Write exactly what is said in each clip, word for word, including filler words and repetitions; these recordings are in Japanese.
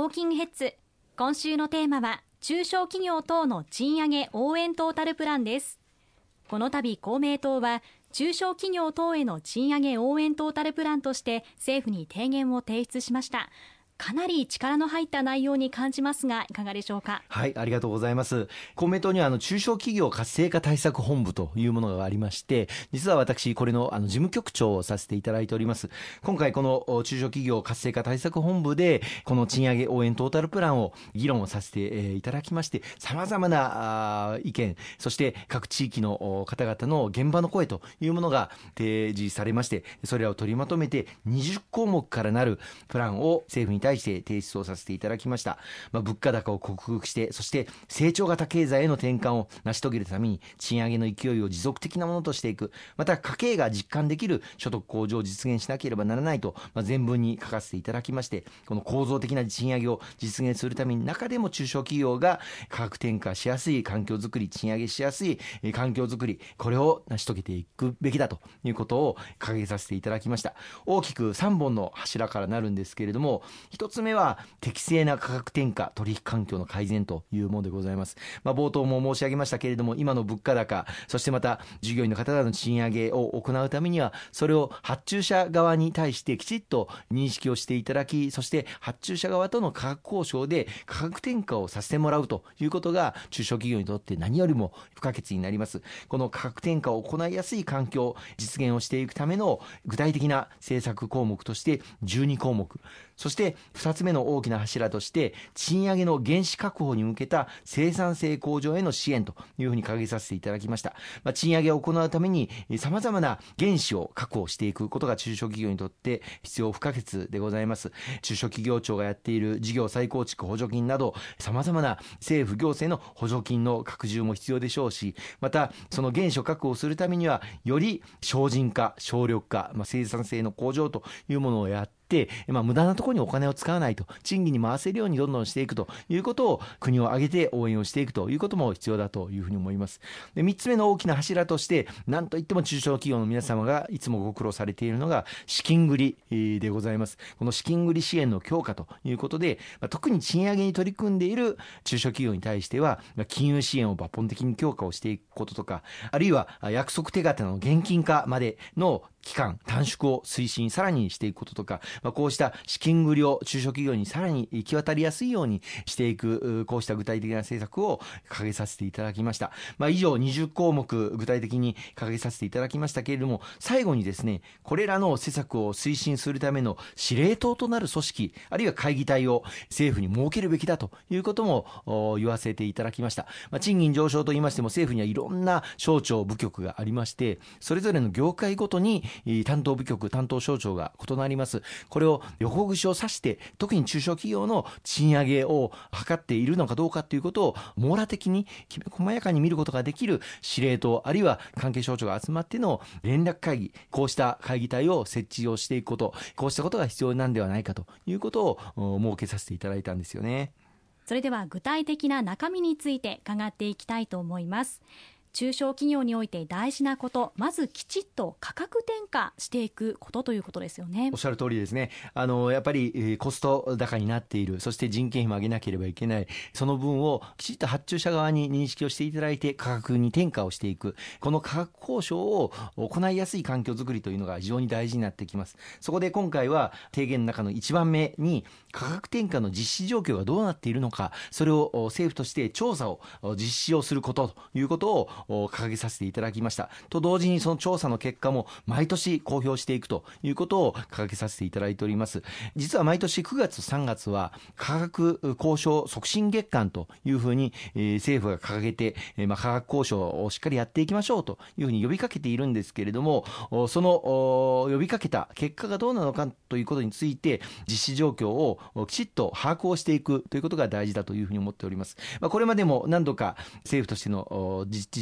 ーキングヘッズ。今週のテーマは中小企業等の賃上げ応援トータルプランです。この度公明党は中小企業等への賃上げ応援トータルプランとして政府に提言を提出しました。かなり力の入った内容に感じますが、いかがでしょうか。 はい、ありがとうございます。公明党にはあの中小企業活性化対策本部というものがありまして、実は私これのあの事務局長をさせていただいております。今回この中小企業活性化対策本部でこの賃上げ応援トータルプランを議論をさせていただきまして、様々な意見、そして各地域の方々の現場の声というものが提示されまして、それらを取りまとめてにじゅっこうもくからなるプランを政府に対して提出をさせていただきました。まあ、物価高を克服して、そして成長型経済への転換を成し遂げるために賃上げの勢いを持続的なものとしていく、また家計が実感できる所得向上を実現しなければならないと、まあ、全文に書かせていただきまして、この構造的な賃上げを実現するために中でも中小企業が価格転嫁しやすい環境づくり、賃上げしやすい環境づくり、これを成し遂げていくべきだということを掲げさせていただきました。大きくさんぼんの柱からなるんですけれども、ひとつめは適正な価格転嫁取引環境の改善というものでございます。まあ、冒頭も申し上げましたけれども、今の物価高、そしてまた従業員の方々の賃上げを行うためには、それを発注者側に対してきちっと認識をしていただき、そして発注者側との価格交渉で価格転嫁をさせてもらうということが中小企業にとって何よりも不可欠になります。この価格転嫁を行いやすい環境実現をしていくための具体的な政策項目としてじゅうにこうもく、そしてふたつめの大きな柱として賃上げの原資確保に向けた生産性向上への支援というふうに掲げさせていただきました。まあ、賃上げを行うために様々な原資を確保していくことが中小企業にとって必要不可欠でございます。中小企業庁がやっている事業再構築補助金など様々な政府行政の補助金の拡充も必要でしょうし、またその原資を確保するためにはより省人化、省力化、まあ、生産性の向上というものをやってでまあ、無駄なところにお金を使わないと、賃金に回せるようにどんどんしていくということを国を挙げて応援をしていくということも必要だというふうに思います。でみっつめの大きな柱として何といっても中小企業の皆様がいつもご苦労されているのが資金繰りでございます。この資金繰り支援の強化ということで、まあ、特に賃上げに取り組んでいる中小企業に対しては、まあ、金融支援を抜本的に強化をしていくこととか、あるいは約束手形の現金化までの期間短縮を推進さらにしていくこととか、まあ、こうした資金繰りを中小企業にさらに行き渡りやすいようにしていく、こうした具体的な政策を掲げさせていただきました。まあ、以上にじゅっこうもく具体的に掲げさせていただきましたけれども、最後にですね、これらの施策を推進するための司令塔となる組織、あるいは会議体を政府に設けるべきだということも言わせていただきました。まあ、賃金上昇と言いましても政府にはいろんな省庁部局がありまして、それぞれの業界ごとに担当部局、担当省庁が異なります。これを横串を刺して、特に中小企業の賃上げを図っているのかどうかということを網羅的にきめ細やかに見ることができる司令塔、あるいは関係省庁が集まっての連絡会議、こうした会議体を設置をしていくこと、こうしたことが必要なんではないかということを設けさせていただいたんですよね。 それでは具体的な中身について伺っていきたいと思います。中小企業において大事なこと、まずきちっと価格転嫁していくことということですよね。 おっしゃる通りですね。あのやっぱりコスト高になっている、そして人件費も上げなければいけない、その分をきちっと発注者側に認識をしていただいて価格に転嫁をしていく、この価格交渉を行いやすい環境づくりというのが非常に大事になってきます。そこで今回は提言の中のいちばんめに価格転嫁の実施状況がどうなっているのか、それを政府として調査を実施をすることということを掲げさせていただきました。と同時にその調査の結果も毎年公表していくということを掲げさせていただいております。実は毎年くがつさんがつは価格交渉促進月間というふうに、えー、政府が掲げて、えーまあ、価格交渉をしっかりやっていきましょうというふうに呼びかけているんですけれども、その呼びかけた結果がどうなのかということについて実施状況をきちっと把握をしていくということが大事だというふうに思っております。まあ、これまでも何度か政府としての実地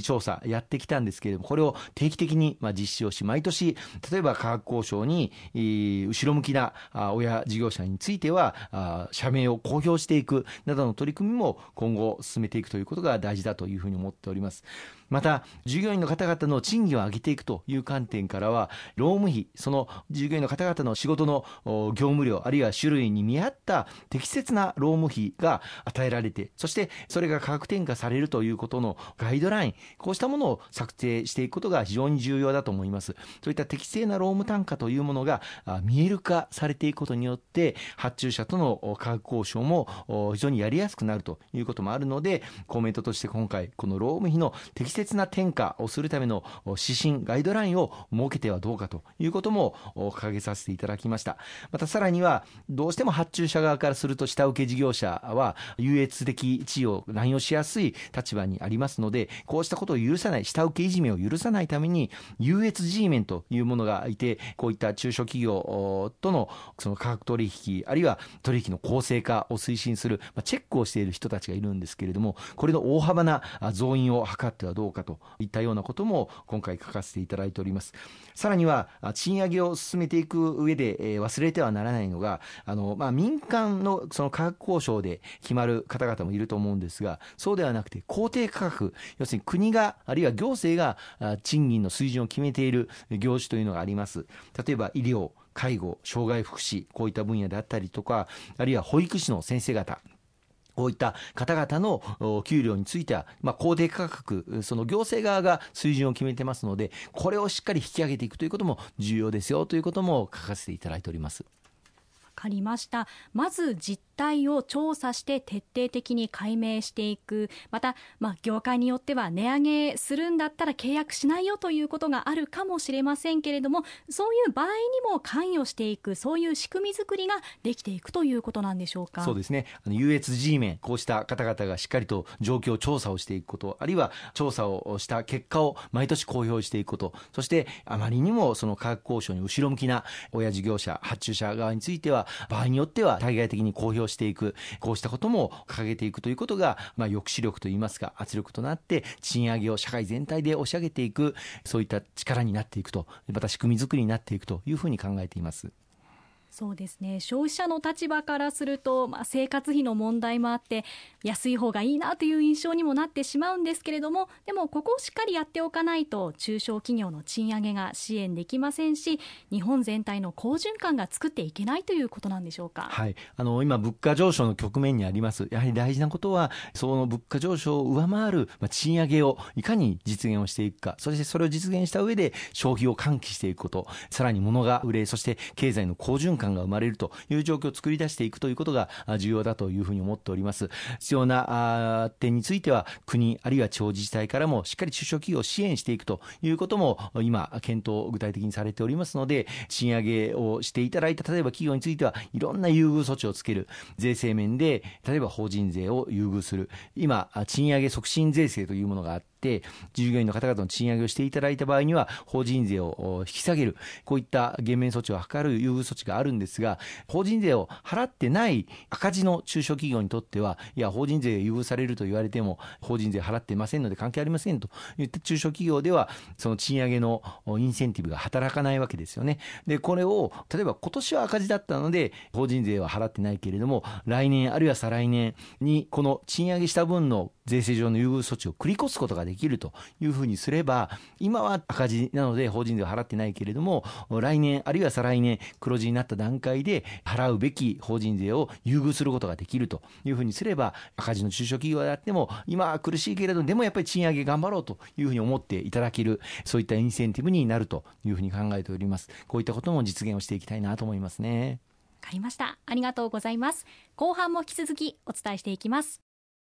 調査やってきたんですけれども、これを定期的にまあ実施をし、毎年例えば価格交渉に後ろ向きな親事業者については社名を公表していくなどの取り組みも今後進めていくということが大事だというふうに思っております。また従業員の方々の賃金を上げていくという観点からは、労務費、その従業員の方々の仕事の業務量あるいは種類に見合った適切な労務費が与えられて、そしてそれが価格転嫁されるということのガイドライン、こうしたものを策定していくことが非常に重要だと思います。そういった適正な労務単価というものが見える化されていくことによって、発注者との価格交渉も非常にやりやすくなるということもあるので、公明党として今回この労務費の適切な転嫁をするための指針ガイドラインを設けてはどうかということも掲げさせていただきました。またさらには、どうしても発注者側からすると下請け事業者は優越的地位を乱用しやすい立場にありますので、こうしたことを許さない、下請けいじめを許さないために優越 G メンというものがいて、こういった中小企業とのその価格取引あるいは取引の公正化を推進するチェックをしている人たちがいるんですけれども、これの大幅な増員を図ってはどうかといったようなことも今回書かせていただいております。さらには賃上げを進めていく上で、えー、忘れてはならないのが、あの、まあ、民間のその価格交渉で決まる方々もいると思うんですが、そうではなくて公定価格、要するに国があるいは行政が賃金の水準を決めている業種というのがあります。例えば医療、介護、障害福祉、こういった分野であったりとか、あるいは保育士の先生方、こういった方々の給料については、まあ、公定価格、その行政側が水準を決めてますので、これをしっかり引き上げていくということも重要ですよということも書かせていただいております。 わかりました。まず実態を調査して徹底的に解明していく。また、まあ、業界によっては値上げするんだったら契約しないよということがあるかもしれませんけれども、そういう場合にも関与していく、そういう仕組み作りができていくということなんでしょうか。 そうですね。あの優越 G メン、こうした方々がしっかりと状況調査をしていくこと、あるいは調査をした結果を毎年公表していくこと、そしてあまりにもその価格交渉に後ろ向きな親事業者、発注者側については場合によっては対外的に公表していく、こうしたことも掲げていくということが、まあ、抑止力といいますか圧力となって賃上げを社会全体で押し上げていく、そういった力になっていくと、また仕組み作りになっていくというふうに考えています。 そうですね。消費者の立場からすると、まあ、生活費の問題もあって安い方がいいなという印象にもなってしまうんですけれども、でもここをしっかりやっておかないと中小企業の賃上げが支援できませんし、日本全体の好循環が作っていけないということなんでしょうか。 はい、あの今物価上昇の局面にあります。やはり大事なことはその物価上昇を上回る、まあ、賃上げをいかに実現をしていくか、そしてそれを実現した上で消費を喚起していくこと、さらに物が売れ、そして経済の好循環が生まれるという状況を作り出していくということが重要だというふうに思っております。必要な点については国あるいは地方自治体からもしっかり中小企業を支援していくということも今検討具体的にされておりますので、賃上げをしていただいた例えば企業についてはいろんな優遇措置をつける、税制面で例えば法人税を優遇する、今賃上げ促進税制というものがあって、従業員の方々の賃上げをしていただいた場合には法人税を引き下げる、こういった減免措置を図る優遇措置があるんですが、法人税を払ってない赤字の中小企業にとっては、いや法人税優遇されると言われても法人税払ってませんので関係ありませんといった中小企業では、その賃上げのインセンティブが働かないわけですよね。でこれを例えば今年は赤字だったので法人税は払ってないけれども、来年あるいは再来年にこの賃上げした分の税制上の優遇措置を繰り越すことができるというふうにすれば、今は赤字なので法人税を払ってないけれども、来年あるいは再来年黒字になった段階で払うべき法人税を優遇することができるというふうにすれば、赤字の中小企業であっても今は苦しいけれどでもやっぱり賃上げ頑張ろうというふうに思っていただける、そういったインセンティブになるというふうに考えております。こういったことも実現をしていきたいなと思いますね。 わかりました。ありがとうございます。後半も引き続きお伝えしていきます。